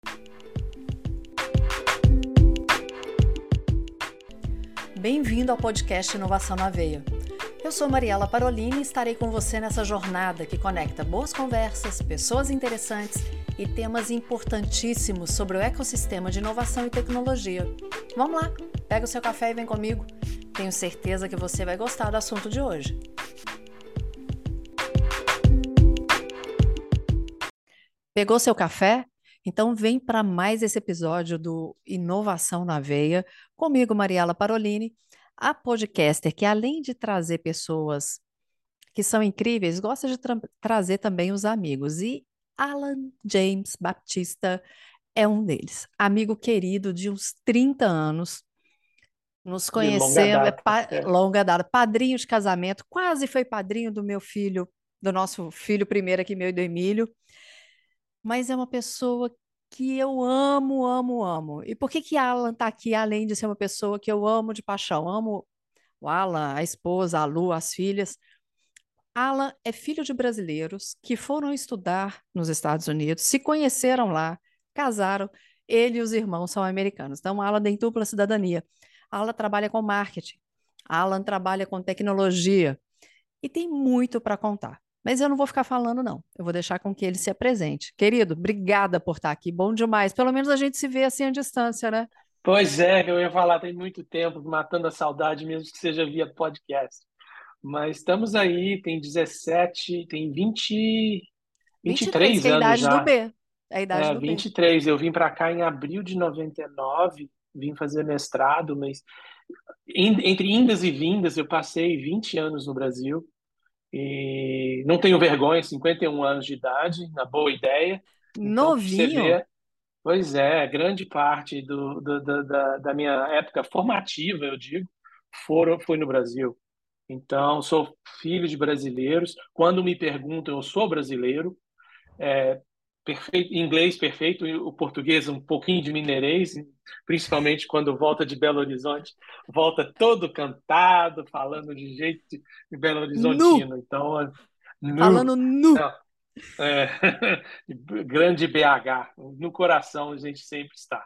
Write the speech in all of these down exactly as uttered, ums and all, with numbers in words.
Bem-vindo ao podcast Inovação na Veia. Eu sou Mariela Parolini e estarei com você nessa jornada que conecta boas conversas, pessoas interessantes e temas importantíssimos sobre o ecossistema de inovação e tecnologia. Vamos lá, pega o seu café e vem comigo. Tenho certeza que você vai gostar do assunto de hoje. Pegou seu café? Então vem para mais esse episódio do Inovação na Veia, comigo, Mariela Parolini, a podcaster que, além de trazer pessoas que são incríveis, gosta de tra- trazer também os amigos. E Alan James Baptista é um deles. Amigo querido de uns trinta anos, nos De longa conhecemos, é data. pa- É. longa data, padrinho de casamento, quase foi padrinho do meu filho, do nosso filho primeiro aqui, meu e do Emílio. Mas é uma pessoa que eu amo, amo, amo. E por que que Alan está aqui, além de ser uma pessoa que eu amo de paixão? Amo o Alan, a esposa, a Lu, as filhas. Alan é filho de brasileiros que foram estudar nos Estados Unidos, se conheceram lá, casaram. Ele e os irmãos são americanos. Então, Alan tem dupla cidadania. Alan trabalha com marketing. Alan trabalha com tecnologia e tem muito para contar. Mas eu não vou ficar falando, não. Eu vou deixar com que ele se apresente. Querido, obrigada por estar aqui. Bom demais. Pelo menos a gente se vê assim à distância, né? Pois é, eu ia falar, tem muito tempo, matando a saudade, mesmo que seja via podcast. Mas estamos aí, tem dezessete, tem vinte, vinte vinte e e três, que três é a anos idade do já. B. É a idade É, do B. vinte e três. Eu vim para cá em abril de noventa e nove, vim fazer mestrado, mas em- entre indas e vindas, eu passei vinte anos no Brasil e não tenho vergonha, cinquenta e um anos de idade, na boa ideia. Então, para você Novinho. ver. Pois é, grande parte do, do- do- da, da minha época formativa, eu digo, foram, foi no Brasil. Então, sou filho de brasileiros. Quando me perguntam, eu sou brasileiro. Perfeito, inglês perfeito, e o português um pouquinho de mineirês, principalmente quando volta de Belo Horizonte, volta todo cantado, falando de jeito de, de Belo Nu. Horizontino. Então, é, nu. Falando nu. Não, é, grande B H, no coração a gente sempre está.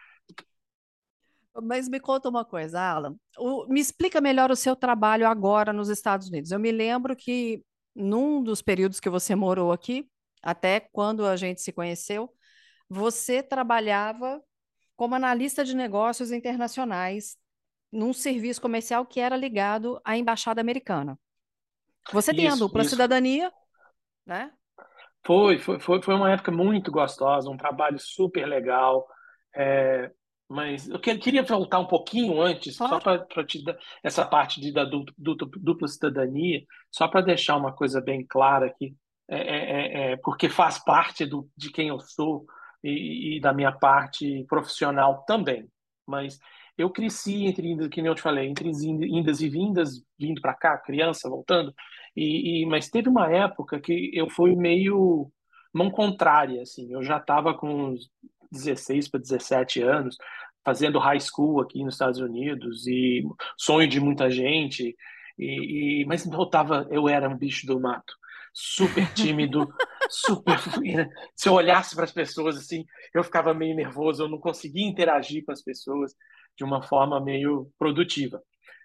Mas me conta uma coisa, Alan. O- me explica melhor o seu trabalho agora nos Estados Unidos. Eu me lembro que num dos períodos que você morou aqui, até quando a gente se conheceu, você trabalhava como analista de negócios internacionais num serviço comercial que era ligado à Embaixada Americana. Você tem a Isso, dupla isso. cidadania, né? Foi, foi, foi foi uma época muito gostosa, um trabalho super legal. É, mas eu que- queria voltar um pouquinho antes, só Claro. para te dar essa parte de, da du- du- dupla cidadania, só para deixar uma coisa bem clara aqui, é, é, é, é, porque faz parte do, de quem eu sou e, e da minha parte profissional também. Mas eu cresci entre, indas- que nem eu te falei, entre indas e vindas, vindo para cá, criança, voltando. E, e- mas teve uma época que eu fui meio mão contrária, assim. Eu já estava com uns dezesseis para dezessete anos, fazendo high school aqui nos Estados Unidos e sonho de muita gente. E, e- mas eu tava, eu era um bicho do mato, super tímido, super. Se eu olhasse para as pessoas assim, eu ficava meio nervoso, eu não conseguia interagir com as pessoas de uma forma meio produtiva.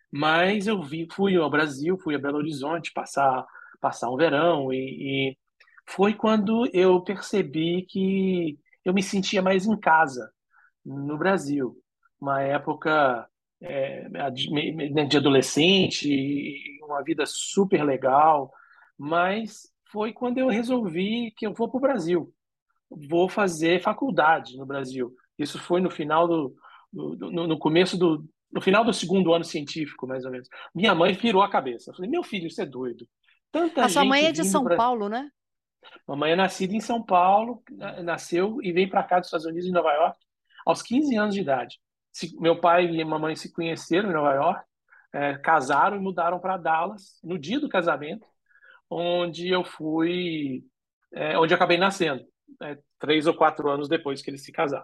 Mas eu vi, fui ao Brasil, fui a Belo Horizonte passar passar um verão e, e foi quando eu percebi que eu me sentia mais em casa no Brasil. Uma época é, de de adolescente, e uma vida super legal, mas foi quando eu resolvi que eu vou para o Brasil, vou fazer faculdade no Brasil. Isso foi no final do, do, do- no, no começo do no final do segundo ano científico, mais ou menos. Minha mãe virou a cabeça. Eu falei, meu filho, isso é doido. Tanta A sua mãe gente é de vindo São para. Paulo, né? Mamãe é nascida em São Paulo, na- nasceu e veio para cá dos Estados Unidos, em Nova York, aos quinze anos de idade. Se- meu pai e mamãe se conheceram em Nova York, eh, casaram e mudaram para Dallas no dia do casamento, onde eu fui, eh, onde eu acabei nascendo, eh, três ou quatro anos depois que eles se casaram.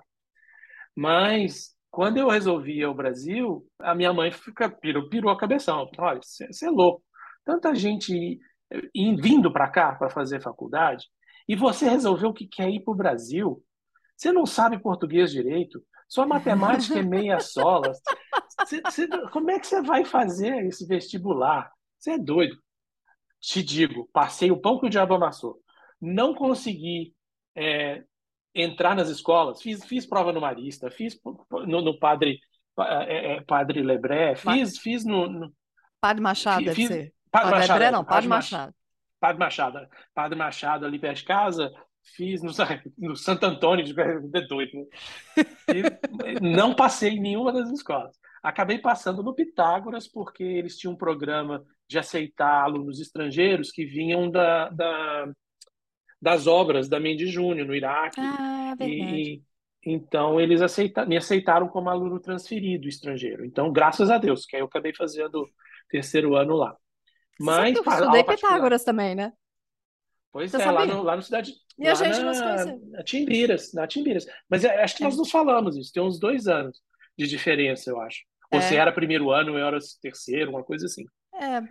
Mas quando eu resolvi ir ao Brasil, a minha mãe fica, pirou, pirou a cabeção. Olha, você é louco. Tanta gente in- vindo para cá para fazer faculdade, e você resolveu que quer ir para o Brasil. Você não sabe português direito, sua matemática é meia sola. Você- você- como é que você vai fazer esse vestibular? Você é doido. Te digo, passei o pão que o diabo amassou. Não consegui é, entrar nas escolas. Fiz, fiz prova no Marista, fiz no, no Padre, é, é, Padre Lebré, Ma- fiz, fiz no, no Padre Machado fiz, deve fiz- ser. Padre Padre Machado, Lebré, é, não, Padre Padre Machado, Machado. Padre Machado, Padre Machado ali perto de casa, fiz no, no Santo Antônio, de é doido, né? Fiz, não passei em nenhuma das escolas. Acabei passando no Pitágoras, porque eles tinham um programa de aceitar alunos estrangeiros que vinham da, da, das obras da Mendes Júnior, no Iraque. Ah, verdade. E, e então eles aceita, me aceitaram como aluno transferido estrangeiro. Então, graças a Deus, que aí eu acabei fazendo terceiro ano lá. Você sabe que Mas, eu pa- estudei aula particular. Pitágoras também, né? Pois Você é, lá sabia? no, lá no cidade, E a lá gente não se na, conheceu. na Timbiras, na Timbiras. Mas é, acho que nós É, nos falamos isso, tem uns dois anos de diferença, eu acho. Ou você é, era primeiro ano, eu era terceiro, uma coisa assim. é.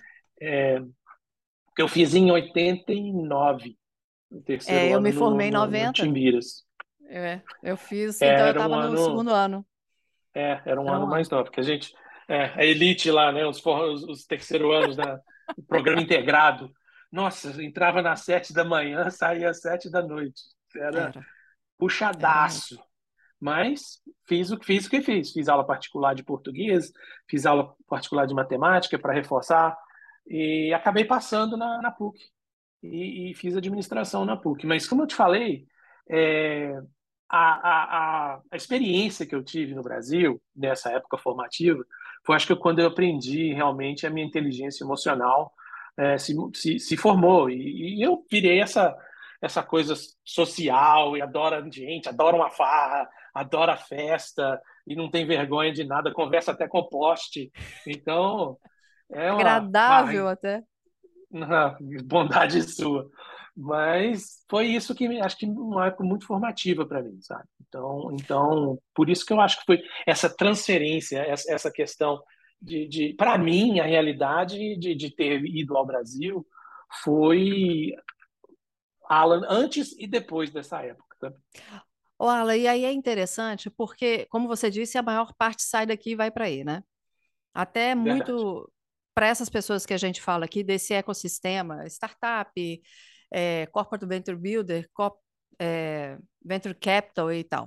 Eu fiz em oitenta e nove, no É, terceiro eu ano me no, formei em no, no noventa. Timbiras. É, eu fiz, então eu Era um estava no ano, segundo ano. é, era um Era ano um ano. mais novo, porque a gente, é, a elite lá, né, os, for- os, os terceiro anos, né, o programa integrado. Nossa, entrava nas sete da manhã, saía às sete da noite. Era Era, era mesmo. puxadaço. Mas fiz o, fiz o que fiz. Fiz aula particular de português, fiz aula particular de matemática para reforçar e acabei passando na, na PUC e, e fiz administração na PUC. Mas como eu te falei, é, a, a, a experiência que eu tive no Brasil nessa época formativa foi, acho que quando eu aprendi realmente a minha inteligência emocional é, se, se, se formou e, e eu virei essa essa coisa social e adora gente, adora uma farra, adora festa e não tem vergonha de nada, conversa até com o poste. Então, é uma, uma, Agradável até. uma bondade sua. Mas foi isso que me- acho que uma época muito formativa para mim, sabe? Então, então, por isso que eu acho que foi essa transferência, essa, essa questão de, de para mim, a realidade de, de ter ido ao Brasil foi Alan antes e depois dessa época, tá? Ô, Ala, e aí é interessante porque, como você disse, a maior parte sai daqui e vai para aí, né? Até Verdade. muito para essas pessoas que a gente fala aqui desse ecossistema, startup, é, corporate venture builder, corp- é, venture capital e tal.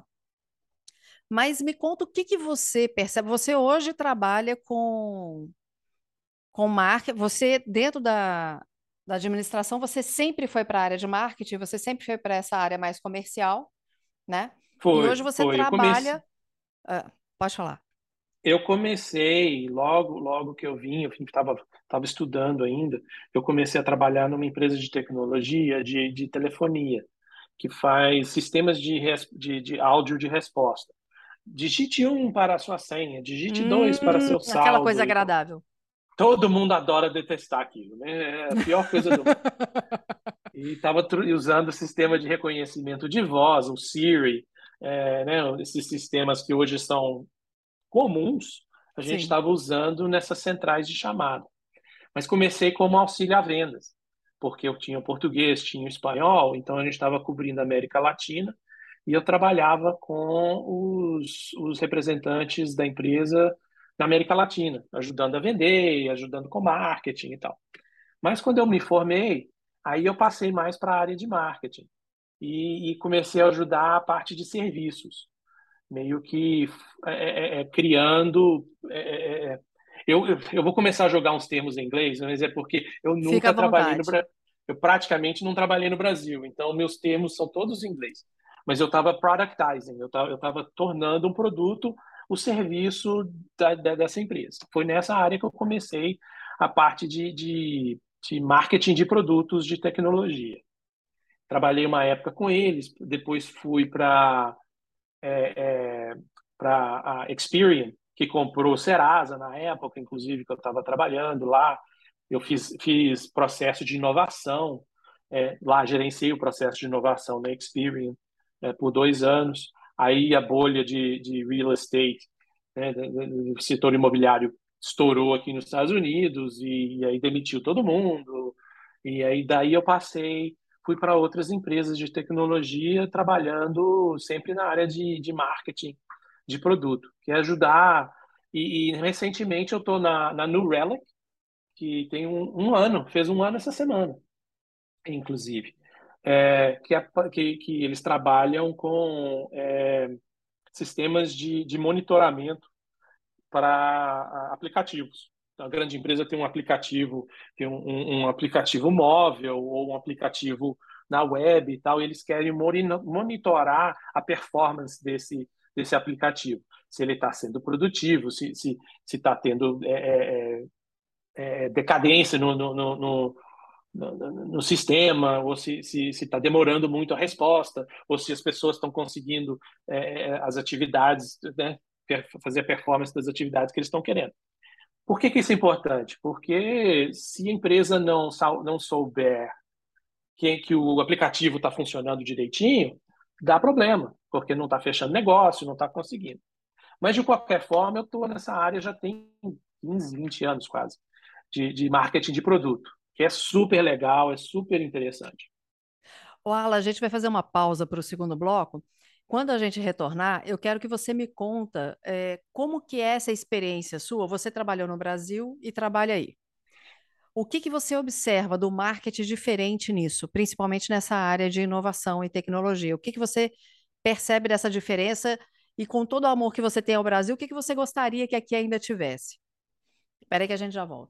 Mas me conta o que que você percebe. Você hoje trabalha com, com marketing, você dentro da, da administração, você sempre foi para a área de marketing, você sempre foi para essa área mais comercial, né? E hoje Foi, você foi. Eu comecei, trabalha. Ah, pode falar. eu comecei logo, logo que eu vim, eu estava estava estudando ainda. Eu comecei a trabalhar numa empresa de tecnologia de, de telefonia que faz sistemas de, res- de, de áudio de resposta. Digite um para a sua senha, digite dois para Hum, seu aquela coisa saldo e tal. agradável. Todo mundo adora detestar aquilo, né? É a pior coisa do mundo. E estava usando o sistema de reconhecimento de voz, o Siri, é, né, esses sistemas que hoje são comuns, a gente Sim. estava usando nessas centrais de chamada. Mas comecei como auxílio a vendas, porque eu tinha o português, tinha o espanhol, então a gente estava cobrindo a América Latina e eu trabalhava com os, os representantes da empresa na América Latina, ajudando a vender, ajudando com marketing e tal. Mas quando eu me formei, aí eu passei mais para a área de marketing e, e comecei a ajudar a parte de serviços, meio que é, é, é, criando. é, é, é, eu, eu, eu vou começar a jogar uns termos em inglês, mas é porque eu Fica à nunca trabalhei no vontade. Brasil. Eu praticamente não trabalhei no Brasil, então meus termos são todos em inglês. Mas eu estava productizing, eu estava eu estava tornando um produto o serviço da, da, dessa empresa. Foi nessa área que eu comecei a parte de, de, de marketing de produtos de tecnologia. Trabalhei uma época com eles, depois fui para é, é, para a Experian, que comprou o Serasa na época, inclusive, que eu estava trabalhando lá. Eu fiz, fiz processo de inovação, é, lá gerenciei o processo de inovação na Experian é, por dois anos. Aí a bolha de, de real estate, né, do, do setor imobiliário, estourou aqui nos Estados Unidos e, e aí demitiu todo mundo. E aí daí eu passei, fui para outras empresas de tecnologia, trabalhando sempre na área de, de marketing de produto, que é ajudar. E, e recentemente eu estou na, na New Relic, que tem um, um ano, fez um ano essa semana, inclusive, é, que, é, que, que eles trabalham com é, sistemas de, de monitoramento para aplicativos. Então, a grande empresa tem um aplicativo, tem um, um um aplicativo móvel ou um aplicativo na web e tal, e eles querem monitorar a performance desse, desse aplicativo. Se ele está sendo produtivo, se está se, se tá tendo é, é, é, decadência no, no, no, no no, no sistema, ou se se está demorando muito a resposta, ou se as pessoas estão conseguindo é, as atividades, né, fazer a performance das atividades que eles estão querendo. Por que, que isso é importante? Porque se a empresa não, não souber que, que o aplicativo está funcionando direitinho, dá problema, porque não está fechando negócio, não está conseguindo. Mas, de qualquer forma, eu estou nessa área já tem quinze, vinte anos quase, de, de marketing de produto, que é super legal, é super interessante. Ô, Ala, a gente vai fazer uma pausa para o segundo bloco. Quando a gente retornar, eu quero que você me conta eh, como que é essa experiência sua. Você trabalhou no Brasil e trabalha aí. O que que você observa do marketing diferente nisso, principalmente nessa área de inovação e tecnologia? O que que você percebe dessa diferença e com todo o amor que você tem ao Brasil, o que que você gostaria que aqui ainda tivesse? Espera aí que a gente já volta.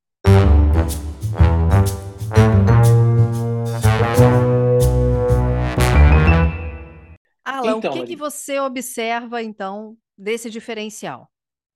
Alan, o Então, que que Maria, você observa, então, desse diferencial?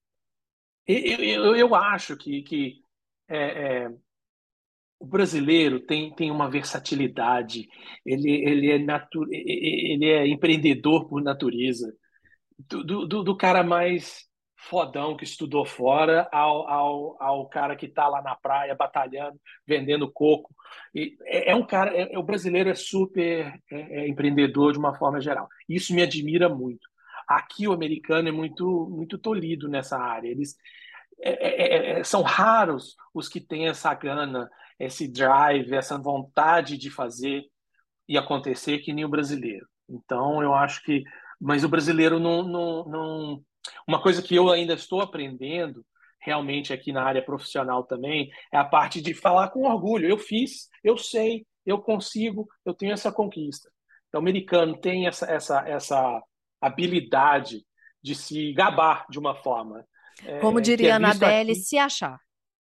eu, eu, eu acho que, que é, é, o brasileiro tem, tem uma versatilidade, ele, ele, é natu, ele é empreendedor por natureza. Do, do, do cara mais fodão que estudou fora ao, ao, ao cara que está lá na praia batalhando, vendendo coco. E é, é um cara, é, é- o brasileiro é super é, é empreendedor de uma forma geral. Isso me admira muito. Aqui o americano é muito muito tolhido nessa área. Eles é, é, é, é, são raros os que têm essa gana, esse drive, essa vontade de fazer e acontecer que nem o brasileiro. Então, eu acho que. Mas o brasileiro não, não, não. Uma coisa que eu ainda estou aprendendo, realmente aqui na área profissional também, é a parte de falar com orgulho. Eu fiz, eu sei, eu consigo, eu tenho essa conquista. Então, o americano tem essa, essa, essa habilidade de se gabar de uma forma, Como é, que diria é a visto Anabelle, aqui, se achar.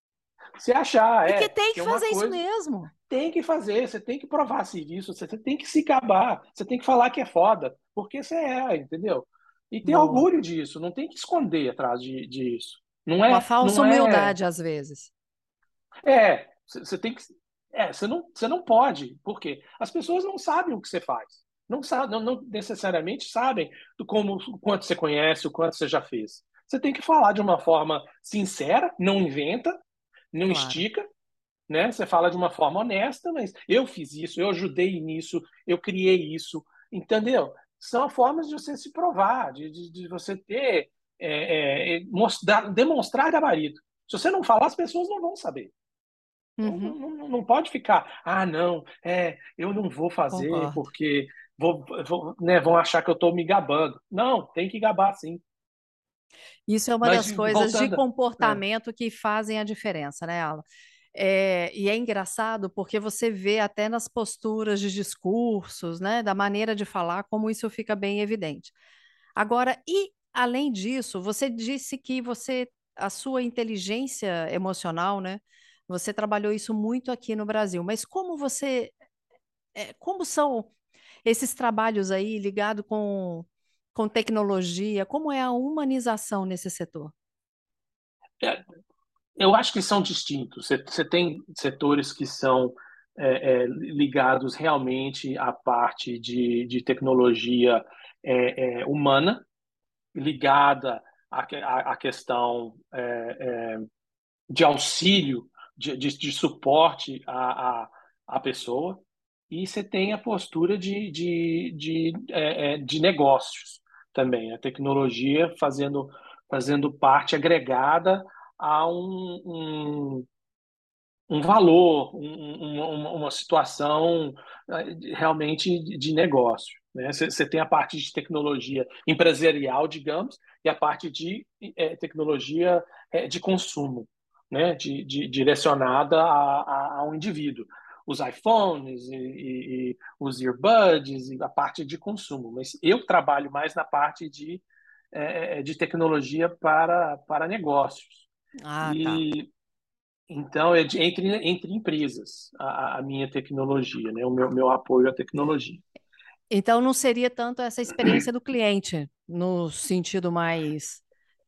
se achar, Porque é, tem que que é uma fazer isso coisa. mesmo. Tem que fazer, você tem que provar serviço, você tem que se gabar, você tem que falar que é foda, porque você é, entendeu? E ter Boa. orgulho disso, não tem que esconder atrás de, disso. Não Uma é, falsa não é, humildade, às vezes. é, você você tem que, é, você não, você não pode, por quê? As pessoas não sabem o que você faz, não sabem, não, não necessariamente sabem do como, o quanto você conhece, o quanto você já fez. Você tem que falar de uma forma sincera, não inventa, não Claro. estica, né? Você fala de uma forma honesta, mas eu fiz isso, eu ajudei nisso, eu criei isso, entendeu? São formas de você se provar, de, de, de você ter, é, é, mostrar, demonstrar gabarito. Se você não falar, as pessoas não vão saber. Então, Uhum, não, não, não pode ficar, ah, não, é, eu não vou fazer concordo. porque vou, vou, né, vão achar que eu estou me gabando. Não, tem que gabar sim. Isso é uma Mas das coisas de voltando, né? comportamento que fazem a diferença, né, Alan? É, e é engraçado porque você vê até nas posturas de discursos, né, da maneira de falar, como isso fica bem evidente. Agora, e além disso, você disse que você, a sua inteligência emocional, né, você trabalhou isso muito aqui no Brasil. Mas como você, é, como são esses trabalhos aí ligados com, com tecnologia? Como é a humanização nesse setor? É, eu acho que são distintos. Você, você tem setores que são é, é, ligados realmente à parte de, de tecnologia é, é, humana, ligada à, que- à, à questão é, é, de auxílio, de, de, de suporte à, à, à pessoa. E você tem a postura de, de, de, é, é, de negócios também, a tecnologia fazendo, fazendo parte agregada a um, um um valor, um- um- uma, uma situação eh, realmente de de negócio, né? Você você tem a parte de tecnologia empresarial, digamos, e a parte de eh, tecnologia eh, de consumo, né? De, de- direcionada a, a, ao indivíduo. Os iPhones e, e- e os earbuds e a parte de consumo. Mas eu trabalho mais na parte de, eh, de tecnologia para, para negócios. Ah, tá. E então, é de- entre, entre empresas, a, a minha tecnologia, né? O meu, meu apoio à tecnologia. Então não seria tanto essa experiência do cliente, no sentido mais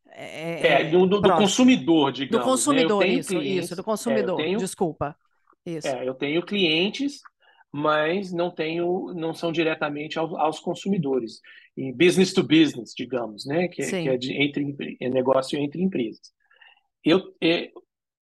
É, é, é, do, do do próximo. consumidor, Do digamos, né? Eu consumidor, tenho isso, isso, do clientes, é, eu consumidor. tenho, Desculpa. Isso. é, eu tenho clientes, mas não tenho, não são diretamente aos, aos consumidores. E business to business, digamos, né? Que, é- que é Sim. de entre empre- é negócio entre empresas. Eu, é,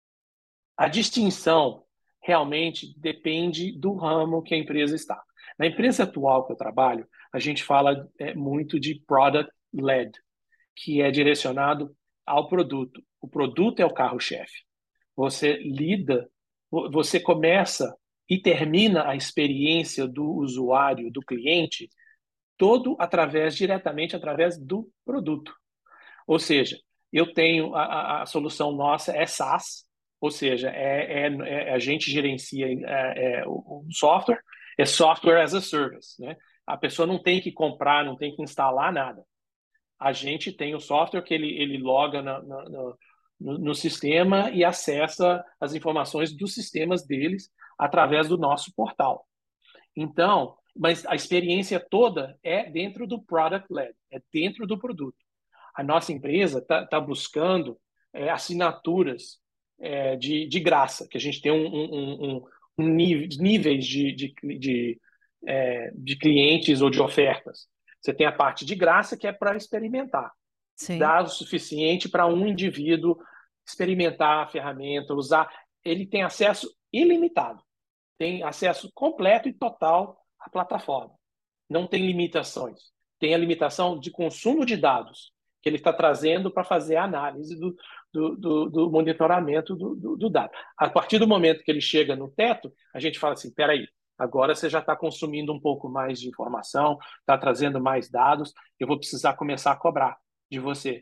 a distinção realmente depende do ramo que a empresa está. Na empresa atual que eu trabalho, a gente fala é, muito de product led, que é direcionado ao produto. O produto é o carro-chefe. Você lida, você começa e termina a experiência do usuário, do cliente, todo através, diretamente através do produto. Ou seja, eu tenho a, a, a solução nossa é SaaS, ou seja, é, é, é a gente gerencia é, é, o, o software, é software as a service, né? A pessoa não tem que comprar, não tem que instalar nada. A gente tem o software que ele, ele loga na, na, na, no, no sistema e acessa as informações dos sistemas deles através do nosso portal. Então, mas a experiência toda é dentro do product led, é dentro do produto. A nossa empresa está tá buscando é, assinaturas é, de, de graça, que a gente tem um, um, um, um nível, níveis de, de, de, é, de clientes ou de ofertas. Você tem a parte de graça, que é para experimentar. Sim. Dá o suficiente para um indivíduo experimentar a ferramenta, usar. Ele tem acesso ilimitado, tem acesso completo e total à plataforma. Não tem limitações. Tem a limitação de consumo de dados que ele está trazendo para fazer a análise do, do, do, do monitoramento do, do, do, dado. A partir do momento que ele chega no teto, a gente fala assim, espera aí, agora você já está consumindo um pouco mais de informação, está trazendo mais dados, eu vou precisar começar a cobrar de você.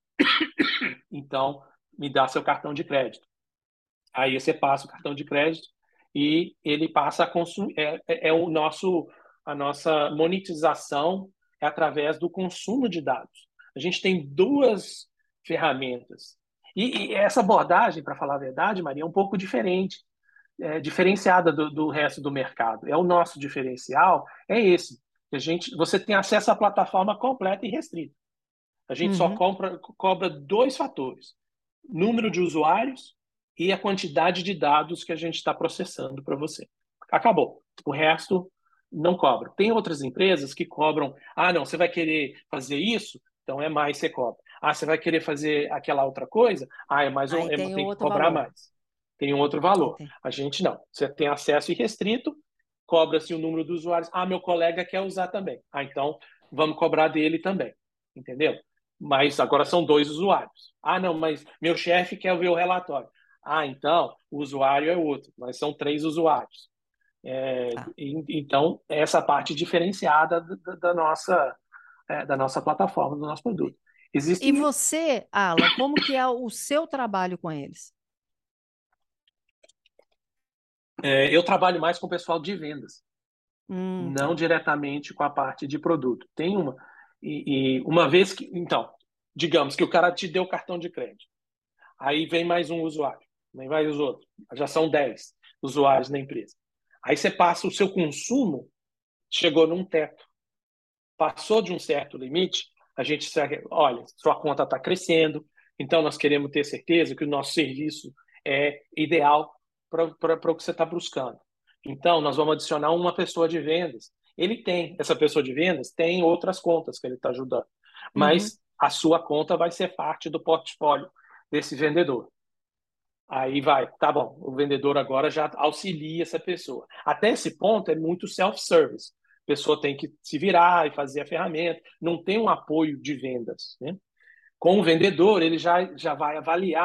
Então, me dá seu cartão de crédito. Aí você passa o cartão de crédito e ele passa a consumir. É, é, é o nosso, a nossa monetização é através do consumo de dados. A gente tem duas ferramentas. E, e essa abordagem, para falar a verdade, Maria, é um pouco diferente, é, diferenciada do, do resto do mercado. É o nosso diferencial, é esse. A gente, você tem acesso à plataforma completa e restrita. A gente só Uhum. compra, cobra dois fatores: número de usuários e a quantidade de dados que a gente está processando para você. Acabou. O resto não cobra. Tem outras empresas que cobram. Ah, não, você vai querer fazer isso? Então é mais você cobra. Ah, você vai querer fazer aquela outra coisa? Ah, é mais um, Aí é, tem tem que outro cobrar valor. mais. Tem um outro valor. Entendi. A gente não. Você tem acesso irrestrito, cobra-se o número de usuários. Ah, meu colega quer usar também. Ah, então vamos cobrar dele também. Entendeu? Mas agora são dois usuários. Ah, não, mas meu chefe quer ver o relatório. Ah, então o usuário é outro, mas são três usuários. É, Tá. e, então, essa parte diferenciada da, da nossa, é, da nossa plataforma, do nosso produto. E Existem. você, Alan, como que é o seu trabalho com eles? É, eu trabalho mais com o pessoal de vendas, Hum, não tá. diretamente com a parte de produto. Tem uma. E, e uma vez que. Então, digamos que o cara te deu o cartão de crédito. Aí vem mais um usuário, vem mais os outros. Já são dez usuários na empresa. Aí você passa o seu consumo, chegou num teto. Passou de um certo limite, a gente segue, olha, sua conta está crescendo, então nós queremos ter certeza que o nosso serviço é ideal para o que você está buscando. Então, nós vamos adicionar uma pessoa de vendas. Ele tem, essa pessoa de vendas tem outras contas que ele está ajudando, Uhum. mas a sua conta vai ser parte do portfólio desse vendedor. Aí vai, tá bom, o vendedor agora já auxilia essa pessoa. Até esse ponto é muito self-service. A pessoa tem que se virar e fazer a ferramenta, não tem um apoio de vendas, né? Com o vendedor, ele já, já vai avaliar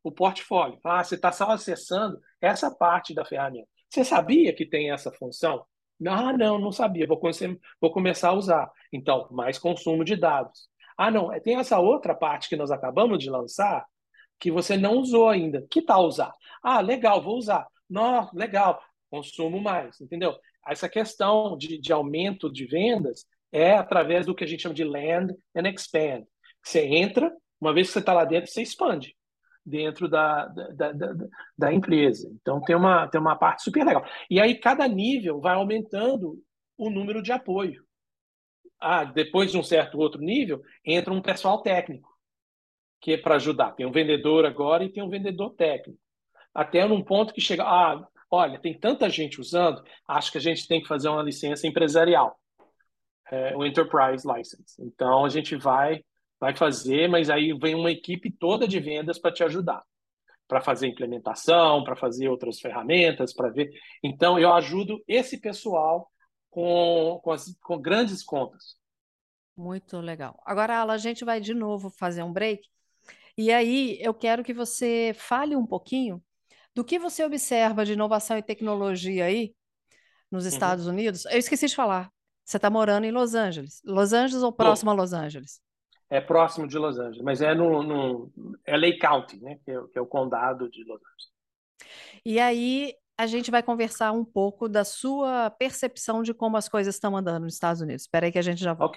o portfólio. Ah, você está só acessando essa parte da ferramenta. Você sabia que tem essa função? Ah, não, não sabia. Vou, come- vou começar a usar. Então, mais consumo de dados. Ah, não, tem essa outra parte que nós acabamos de lançar que você não usou ainda. Que tal usar? Ah, legal, vou usar. Não, legal, consumo mais, entendeu? Essa questão de, de aumento de vendas é através do que a gente chama de land and expand. Você entra, uma vez que você está lá dentro, você expande dentro da, da, da, da empresa. Então, tem uma, tem uma parte super legal. E aí, cada nível vai aumentando o número de apoio. Ah, depois de um certo outro nível, entra um pessoal técnico, que é para ajudar. Tem um vendedor agora e tem um vendedor técnico. Até num ponto que chega, ah, olha, tem tanta gente usando, acho que a gente tem que fazer uma licença empresarial, é, um enterprise license. Então, a gente vai, vai fazer, mas aí vem uma equipe toda de vendas para te ajudar para fazer implementação, para fazer outras ferramentas, para ver. Então, eu ajudo esse pessoal com, com, as, com grandes contas. Muito legal. Agora, Ala, a gente vai de novo fazer um break. E aí, eu quero que você fale um pouquinho do que você observa de inovação e tecnologia aí nos Uhum. Estados Unidos. Eu esqueci de falar. Você está morando em Los Angeles. Los Angeles ou próximo a Tô. Los Angeles? É próximo de Los Angeles, mas é no, no L A County, né? Que é, que é o condado de Los Angeles. E aí, a gente vai conversar um pouco da sua percepção de como as coisas estão andando nos Estados Unidos. Espera aí que a gente já volta. Ok.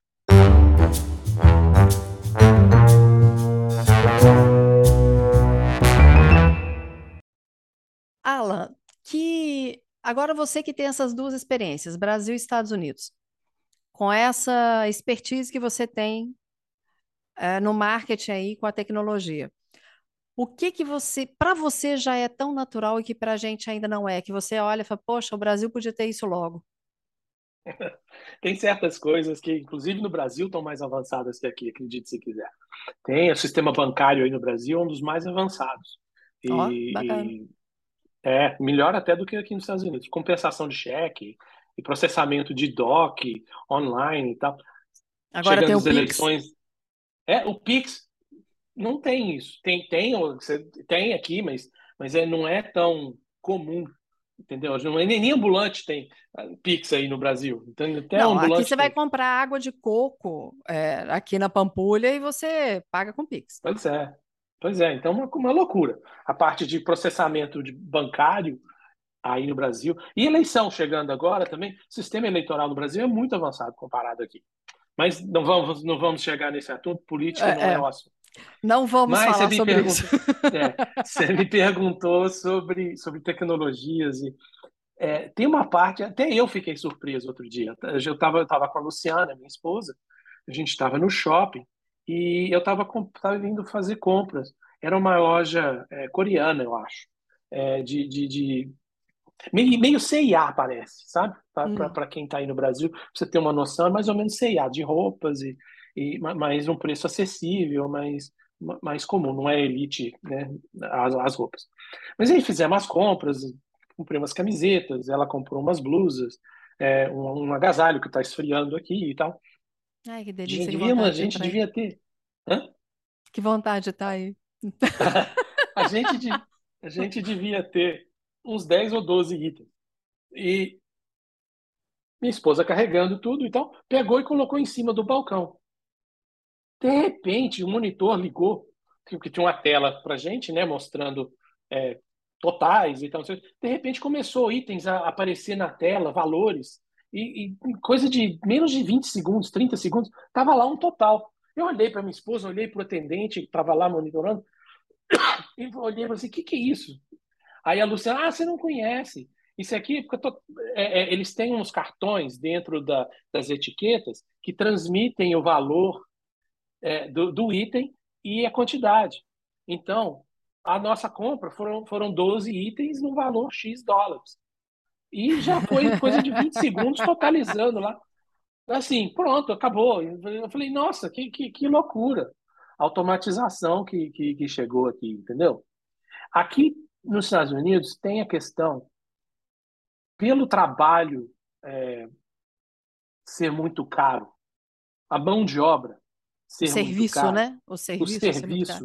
Alan, que agora você que tem essas duas experiências, Brasil e Estados Unidos, com essa expertise que você tem eh, no marketing aí com a tecnologia. O que que você, para você já é tão natural e que para a gente ainda não é? Que você olha e fala, poxa, o Brasil podia ter isso logo. Tem certas coisas que, inclusive no Brasil, estão mais avançadas que aqui, acredite se quiser. Tem o sistema bancário aí no Brasil, é um dos mais avançados. Ó, bacana. E, e é melhor até do que aqui nos Estados Unidos. Compensação de cheque e processamento de D O C online e tal. Agora tem Chegando o as Pix. eleições, é o Pix não tem isso. Tem tem você tem aqui, mas mas é, não é tão comum, entendeu? Não é, nem, nem ambulante tem ah, Pix aí no Brasil. Então até o Não, aqui ambulante você vai tem. comprar água de coco é, aqui na Pampulha e você paga com Pix. Pois é. Pois é, então uma, uma loucura. A parte de processamento de bancário aí no Brasil. E eleição chegando agora também. O sistema eleitoral no Brasil é muito avançado comparado aqui. Mas não vamos, não vamos chegar nesse assunto, política não É, é é, o assunto. não vamos Mas você falar me sobre isso. perguntou, é, você me perguntou sobre, sobre tecnologias e é, tem uma parte, até eu fiquei surpreso outro dia. Eu estava eu tava com a Luciana, minha esposa, a gente estava no shopping e eu estava tava vindo fazer compras. Era uma loja é, coreana, eu acho, é, de, de, de meio, meio C e A, parece, sabe? Hum. Para quem está aí no Brasil, pra você ter uma noção, é mais ou menos C e A, de roupas, e, e mais um preço acessível, mais, mais comum, não é elite, né? As, as roupas. Mas aí fizemos as compras, comprei umas camisetas, ela comprou umas blusas, é, um, um agasalho que está esfriando aqui e tal. Ai, que A gente delícia, que devia, a vontade de gente entrar aí. devia ter. Hã? Que vontade de estar aí. A gente, de- a gente devia ter uns dez ou doze itens. E minha esposa carregando tudo, então pegou e colocou em cima do balcão. De repente, o monitor ligou, que tinha uma tela para gente, né, mostrando é, totais e tal. De repente, começou itens a aparecer na tela, valores, e, e em coisa de menos de vinte segundos, trinta segundos, estava lá um total. Eu olhei para minha esposa, olhei para o atendente que estava lá monitorando, e olhei e falei assim: o que, que é isso? Aí a Luciana, ah, você não conhece. Isso aqui, porque eu tô- é, é, eles têm uns cartões dentro da- das etiquetas que transmitem o valor é, do, do item e a quantidade. Então, a nossa compra foram, foram doze itens no valor X dólares. E já foi coisa de vinte segundos totalizando lá. Assim, pronto, acabou. Eu falei, nossa, que, que, que loucura. Automatização que, que, que chegou aqui, entendeu? Aqui nos Estados Unidos tem a questão pelo trabalho é, ser muito caro, a mão de obra O ser muito serviço, caro, né? O o serviço ser muito caro. serviço.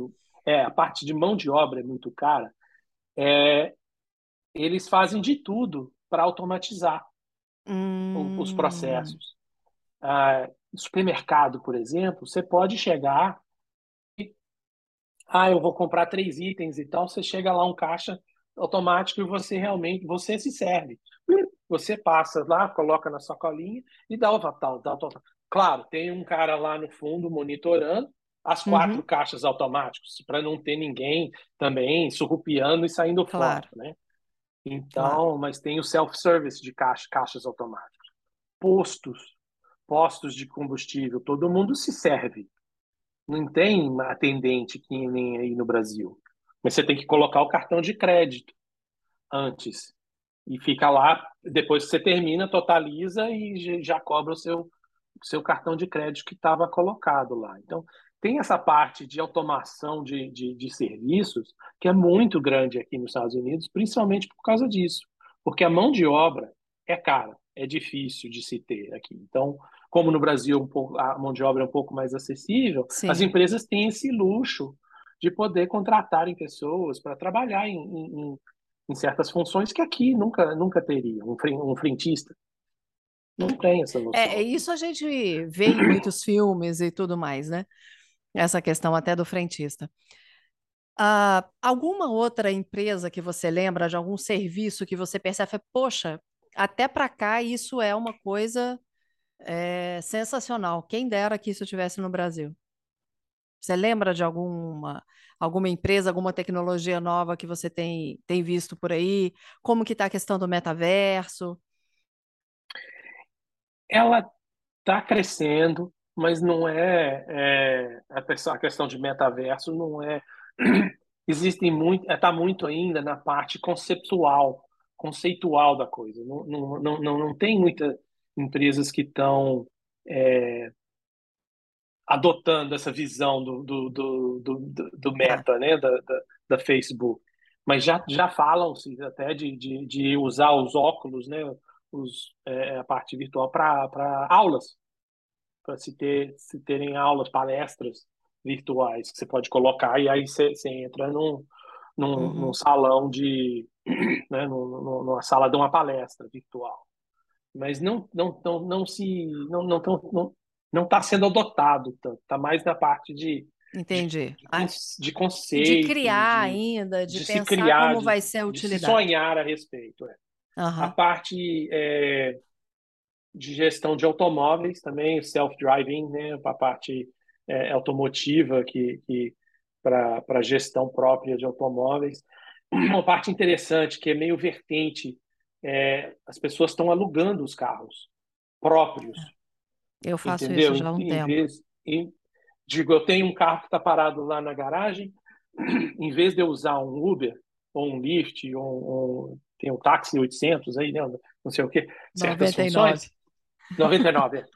é, a parte de mão de obra é muito cara. É, eles fazem de tudo para automatizar o- os Hum, processos. Ah, no supermercado, por exemplo, você pode chegar, ah, eu vou comprar três itens e tal, você chega lá um caixa automático e você realmente, você se serve. Você passa lá, coloca na sacolinha e dá o tal, dá o tal. Claro, tem um cara lá no fundo monitorando as quatro uhum, caixas automáticos, para não ter ninguém também surrupiando e saindo fora, claro, né? claro. Então, mas tem o self-service de caixa, caixas automáticas. Postos, postos de combustível, todo mundo se serve. Não tem atendente que nem aí no Brasil. Mas você tem que colocar o cartão de crédito antes. E fica lá, depois que você termina, totaliza e já cobra o seu, o seu cartão de crédito que estava colocado lá. Então, tem essa parte de automação de, de, de serviços que é muito grande aqui nos Estados Unidos, principalmente por causa disso. Porque a mão de obra é cara, é difícil de se ter aqui. Então, como no Brasil um pouco, a mão de obra é um pouco mais acessível, as Sim. empresas têm esse luxo de poder contratarem pessoas para trabalhar em, em, em certas funções que aqui nunca, nunca teria. Um, um frentista não tem essa É, é noção aqui. isso a gente vê em muitos filmes e tudo mais, né? Essa questão até do frentista. Ah, alguma outra empresa que você lembra de algum serviço que você percebe, poxa, até para cá isso é uma coisa é, sensacional. Quem dera que isso tivesse no Brasil. Você lembra de alguma alguma empresa, alguma tecnologia nova que você tem, tem visto por aí? Como que está a questão do metaverso? Ela está crescendo, mas não é, é a, pessoa- a questão de metaverso não é. Existem muito, está muito ainda na parte conceptual, conceitual da coisa. Não, não, não, não, não tem muitas empresas que estão adotando essa visão do, do, do, do, do Tá. Meta, né, da, da, da Facebook. Mas já, já falam-se até de, de, de usar os óculos, né, os, é, a parte virtual para aulas, para se, ter, se terem aulas, palestras virtuais que você pode colocar e aí você, você entra num, num, num Uhum. salão de, né, num, numa sala de uma palestra virtual. Mas não não não, não se não não tão, não não está sendo adotado tanto, está mais na parte de de, Entendi. de, Ah, de de conceito, criar de, ainda, de de se pensar criar, como de, vai ser a de se utilidade. sonhar a respeito. É. A Aham. parte é, de gestão de automóveis também, o self-driving, né, a parte é, automotiva que, que para para gestão própria de automóveis. Uma parte interessante que é meio vertente, é, as pessoas estão alugando os carros próprios, Eu faço isso entendeu? já Em, há um em tempo. vez, em, digo, eu tenho um carro que está parado lá na garagem, em vez de eu usar um Uber ou um Lyft ou um, tem um táxi oitocentos aí, né? Não sei o quê, certas noventa e funções, nove. noventa e nove. É.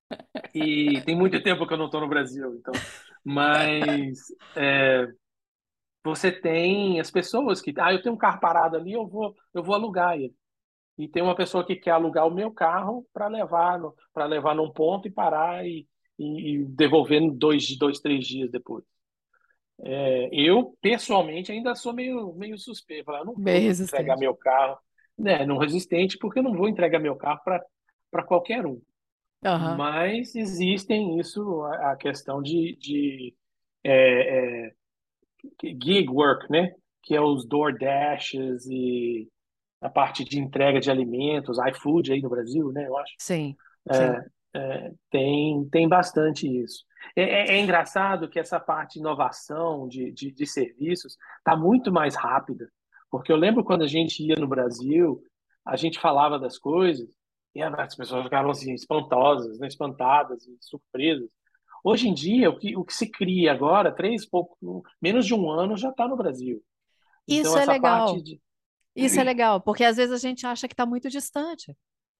E tem muito tempo que eu não estou no Brasil, então, mas é, você tem as pessoas que, ah, eu tenho um carro parado ali, eu vou, eu vou alugar ele. E tem uma pessoa que quer alugar o meu carro para levar no, para levar num ponto e parar e, e, e devolver em dois, dois, três dias depois. É, eu, pessoalmente, ainda sou meio, meio suspeito. Falar, eu não Bem vou entregar resistente. meu carro, né, não resistente, porque eu não vou entregar meu carro para para qualquer um. Aham. Mas existem isso, a, a questão de, de é, é, gig work, né? Que é os DoorDashes e a parte de entrega de alimentos, iFood aí no Brasil, né? Eu acho. Sim, sim. É, é, tem, tem bastante isso. É, é- é engraçado que essa parte de inovação de, de, de serviços está muito mais rápida, porque eu lembro quando a gente ia no Brasil, a gente falava das coisas e as pessoas ficavam assim, espantosas, né? Espantadas e surpresas. Hoje em dia, o que, o que se cria agora, três, pouco, menos de um ano, já está no Brasil. Então, Isso é essa parte legal. de. Isso é legal, porque às vezes a gente acha que está muito distante.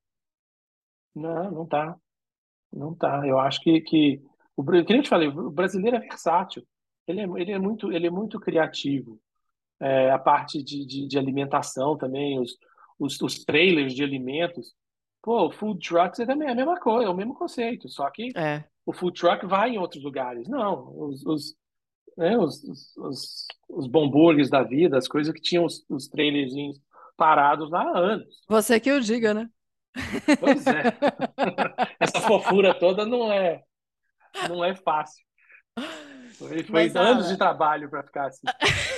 Não, não está. Não tá. Eu acho que, que o, bra- que nem eu te falei, o brasileiro é versátil. Ele é, ele é muito, ele é muito criativo. É, a parte de, de, de alimentação também, os, os, os trailers de alimentos. Pô, o food trucks é também a mesma coisa, é o mesmo conceito, só que É. o food truck vai em outros lugares. Não, os, os, né? Os, os, os, os Bomburgers da vida, as coisas que tinham os, os trailerzinhos parados lá há anos. Você que o diga, né? Pois é, essa fofura toda não é, não é fácil. Foi, foi Mas, anos de Ala, trabalho para ficar assim.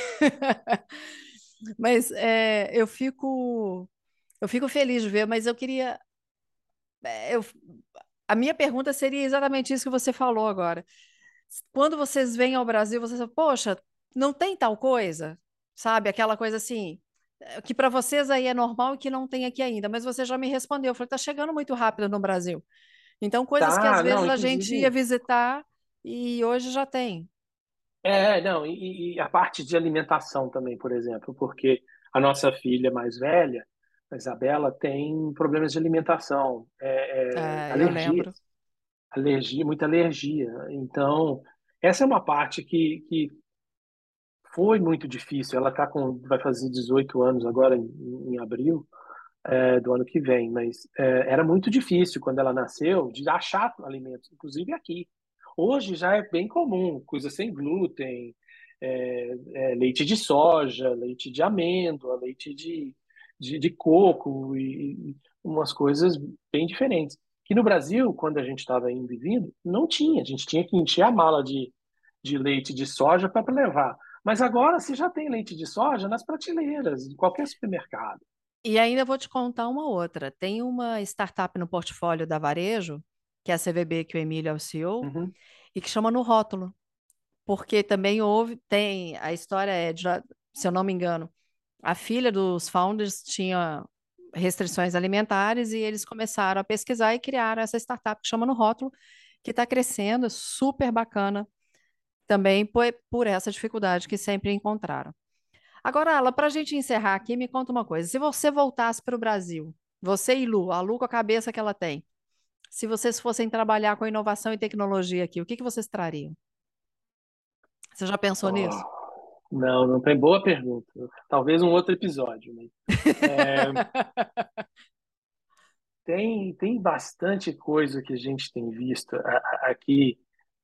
mas é, eu fico, eu fico feliz de ver, mas eu queria, é, eu, a minha pergunta seria exatamente isso que você falou agora. Quando vocês vêm ao Brasil, vocês falam, poxa, não tem tal coisa, sabe? Aquela coisa assim, eh, que para vocês aí é normal e que não tem aqui ainda, mas você já me respondeu, eu falei, tá chegando muito rápido no Brasil. Então, coisas que às Tá, não, vezes a gente ia inclusive, visitar e hoje já tem. é, não, e, e a parte de alimentação também, por exemplo, porque a nossa filha mais velha, a Isabela, tem problemas de alimentação, é, é, É, eu alergias, lembro. alergia, muita alergia. Então, essa é uma parte que, que foi muito difícil. Ela tá com, vai fazer dezoito anos agora em, em abril, é, do ano que vem, mas é, era muito difícil quando ela nasceu de achar alimentos, inclusive aqui. Hoje já é bem comum, coisa sem glúten, é, é, leite de soja, leite de amêndoa, leite de, de, de coco e, e umas coisas bem diferentes. Que no Brasil, quando a gente estava indo e vindo, não tinha. A gente tinha que encher a mala de, de leite de soja para levar. Mas agora você já tem leite de soja nas prateleiras, em qualquer supermercado. E ainda vou te contar uma outra. Tem uma startup no portfólio da Varejo, que é a C V B, que o Emílio é o C E O, Uhum. e que chama No Rótulo, porque também houve, tem, a história é, de, se eu não me engano, a filha dos founders tinha restrições alimentares e eles começaram a pesquisar e criaram essa startup que chama No Rótulo, que está crescendo, é super bacana, também por, por essa dificuldade que sempre encontraram. Agora, Ala, para a gente encerrar aqui, me conta uma coisa. Se você voltasse para o Brasil, você e Lu, a Lu com a cabeça que ela tem, se vocês fossem trabalhar com inovação e tecnologia aqui, o que que vocês trariam? Você já pensou nisso? Oh, não, não tem boa pergunta. Talvez um outro episódio, né? É, tem, tem bastante coisa que a gente tem visto a- a- aqui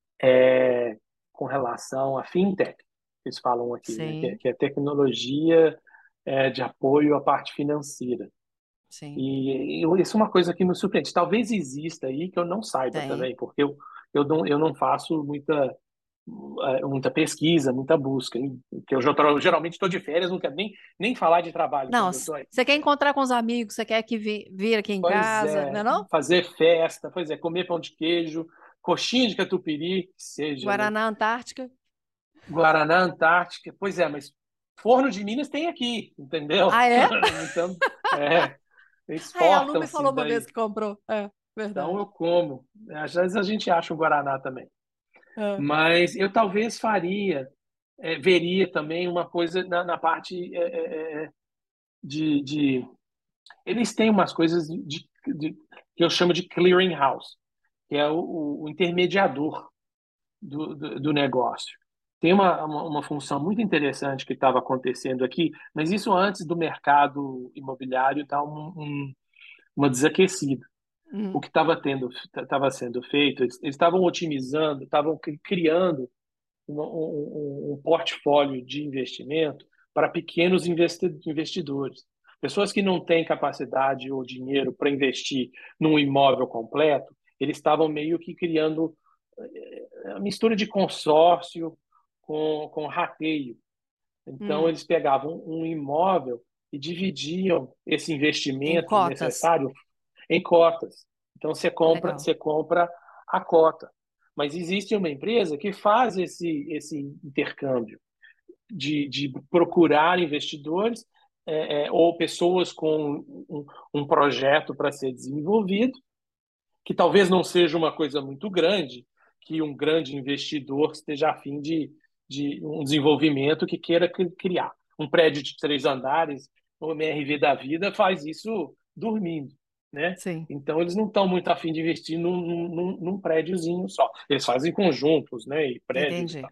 é, com relação à fintech, que eles falam aqui, né? Que é, Sim, que é tecnologia é, de apoio à parte financeira. sim, E eu- isso é uma coisa que me surpreende. Talvez exista aí que eu não saiba tem. também, porque eu, eu, não, eu não faço muita é, muita pesquisa, muita busca. Hein? Que eu já tô- geralmente estou de férias, não quero nem, nem falar de trabalho Não, quando eu s- estou aqui. você quer encontrar com os amigos, você quer que vi, vir aqui em Pois casa, não é, é não? fazer festa, pois é, comer pão de queijo, coxinha de catupiry, que seja, né? Guaraná Antártica. Guaraná Antártica, pois é, mas forno de Minas tem aqui, entendeu? Ah, é? Então, é, Ah, é, a Lu me exportam-se falou uma vez daí. que comprou. É, Então eu verdade. como. Às vezes a gente acha um Guaraná também. É. Mas eu talvez faria, é, veria também uma coisa na, na parte é, é, é, de, de. Eles têm umas coisas de, de- que eu chamo de clearing house, que é o, o intermediador do, do, do negócio. Tem uma, uma, uma função muito interessante que estava acontecendo aqui, mas isso antes do mercado imobiliário dar um, um, uma desaquecida. O Hum, que estava tendo, estava sendo feito, eles eles estavam otimizando, estavam criando uma- um, um- um portfólio de investimento para pequenos investi- investidores. Pessoas que não têm capacidade ou dinheiro para investir num imóvel completo, eles estavam meio que criando eh, a mistura de consórcio com, com rateio. Então, hum, eles pegavam um imóvel e dividiam esse em investimento cotas. necessário em cotas. Então, você compra, Legal. você compra a cota. Mas existe uma empresa que faz esse, esse intercâmbio de, de procurar investidores é, é, ou pessoas com um, um projeto para ser desenvolvido, que talvez não seja uma coisa muito grande, que um grande investidor esteja a fim de, de um desenvolvimento que queira criar. Um prédio de três andares, o M R V da vida faz isso dormindo, né? Sim, Então, eles não estão muito afim de investir num, num, num prédiozinho só. Eles fazem conjuntos, né? E prédios e tal. entendi.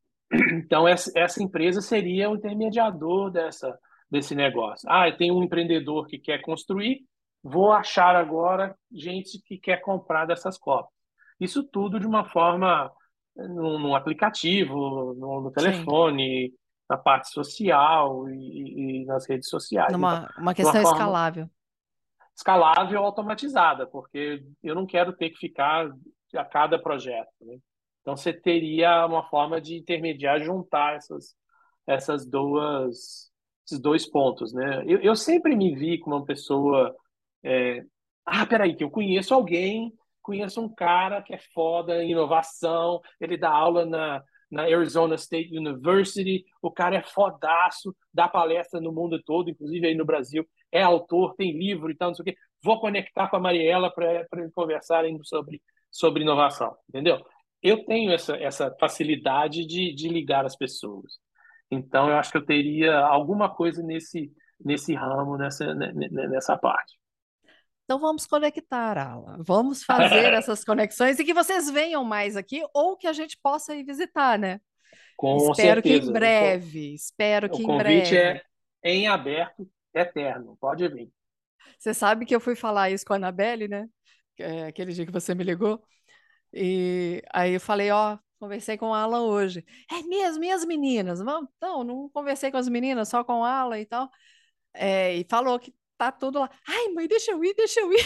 Então, essa, essa empresa seria o intermediador dessa, desse negócio. Ah, tem um empreendedor que quer construir, vou achar agora gente que quer comprar dessas cotas. Isso tudo de uma forma num, num aplicativo, no, no Sim. telefone, na parte social e, e nas redes sociais. Então, Numa uma de uma questão forma escalável. escalável, automatizada, porque eu não quero ter que ficar a cada projeto, né? Então, você teria uma forma de intermediar, juntar essas, essas duas, esses dois pontos, né? Eu, eu sempre me vi como uma pessoa. É, ah, peraí, que eu conheço alguém, conheço um cara que é foda em inovação, ele dá aula na, na Arizona State University, o cara é fodaço, dá palestra no mundo todo, inclusive aí no Brasil, é autor, tem livro e tal, não sei o quê. Vou conectar com a Mariela para conversarem sobre, sobre inovação, entendeu? Eu tenho essa, essa facilidade de, de ligar as pessoas. Então, eu acho que eu teria alguma coisa nesse, nesse ramo, nessa, nessa parte. Então vamos conectar, Ala. Vamos fazer essas conexões e que vocês venham mais aqui ou que a gente possa ir visitar, né? Com Espero que em certeza. O, co- breve, espero o que em convite breve. é em aberto, eterno. Pode vir. Você sabe que eu fui falar isso com a Anabelle, né? Que é aquele dia que você me ligou. E aí eu falei, ó, conversei com a Alan hoje. É mesmo, e as meninas? Vamos? Não, não conversei com as meninas, só com a Alan e tal. É, e falou que tá tudo lá. Ai, mãe, deixa eu ir, deixa eu ir.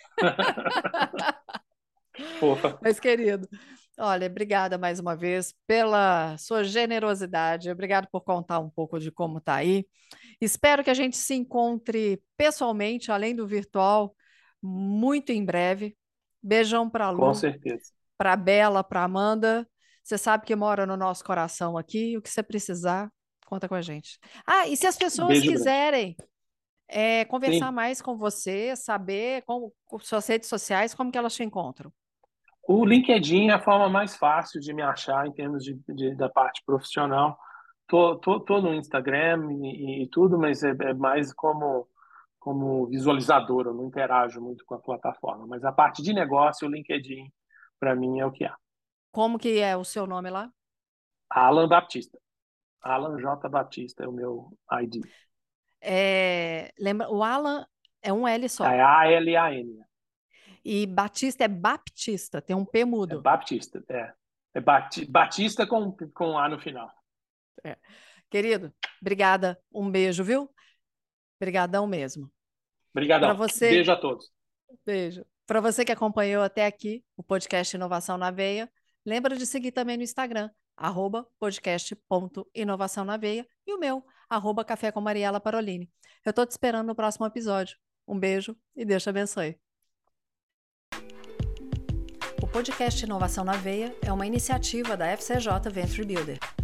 Fofa. Mas, querido, olha, obrigada mais uma vez pela sua generosidade. Obrigado por contar um pouco de como tá aí. Espero que a gente se encontre pessoalmente, além do virtual, muito em breve. Beijão para Com Lu, certeza. para Bela, para Amanda. Você sabe que mora no nosso coração aqui. O que você precisar, conta com a gente. Ah, e se as pessoas Beijo grande. quiserem é, conversar Sim. mais com você, saber como, com suas redes sociais, como que elas te encontram? O LinkedIn é a forma mais fácil de me achar em termos de, de- da parte profissional. Tô, tô, tô no Instagram e, e tudo, mas é, é mais como, como visualizador, eu não interajo muito com a plataforma. Mas a parte de negócio, o LinkedIn, para mim, é o que é. Como que é o seu nome lá? Alan Baptista. Alan J. Batista é o meu I D. É, lembra, o Alan é um L só. É A L A N. E Batista é Baptista, tem um P É mudo. Baptista, é. É Bati- Batista com, com A no final. É. Querido, obrigada. Um beijo, viu? Obrigadão mesmo. Para Obrigadão. você, Beijo a todos. beijo. Para você que acompanhou até aqui o podcast Inovação na Veia, lembra de seguir também no Instagram, arroba podcast.inovação na veia e o meu, arroba café com Mariela Parolini. Eu estou te esperando no próximo episódio. Um beijo e Deus te abençoe. O podcast Inovação na Veia é uma iniciativa da F C J Venture Builder.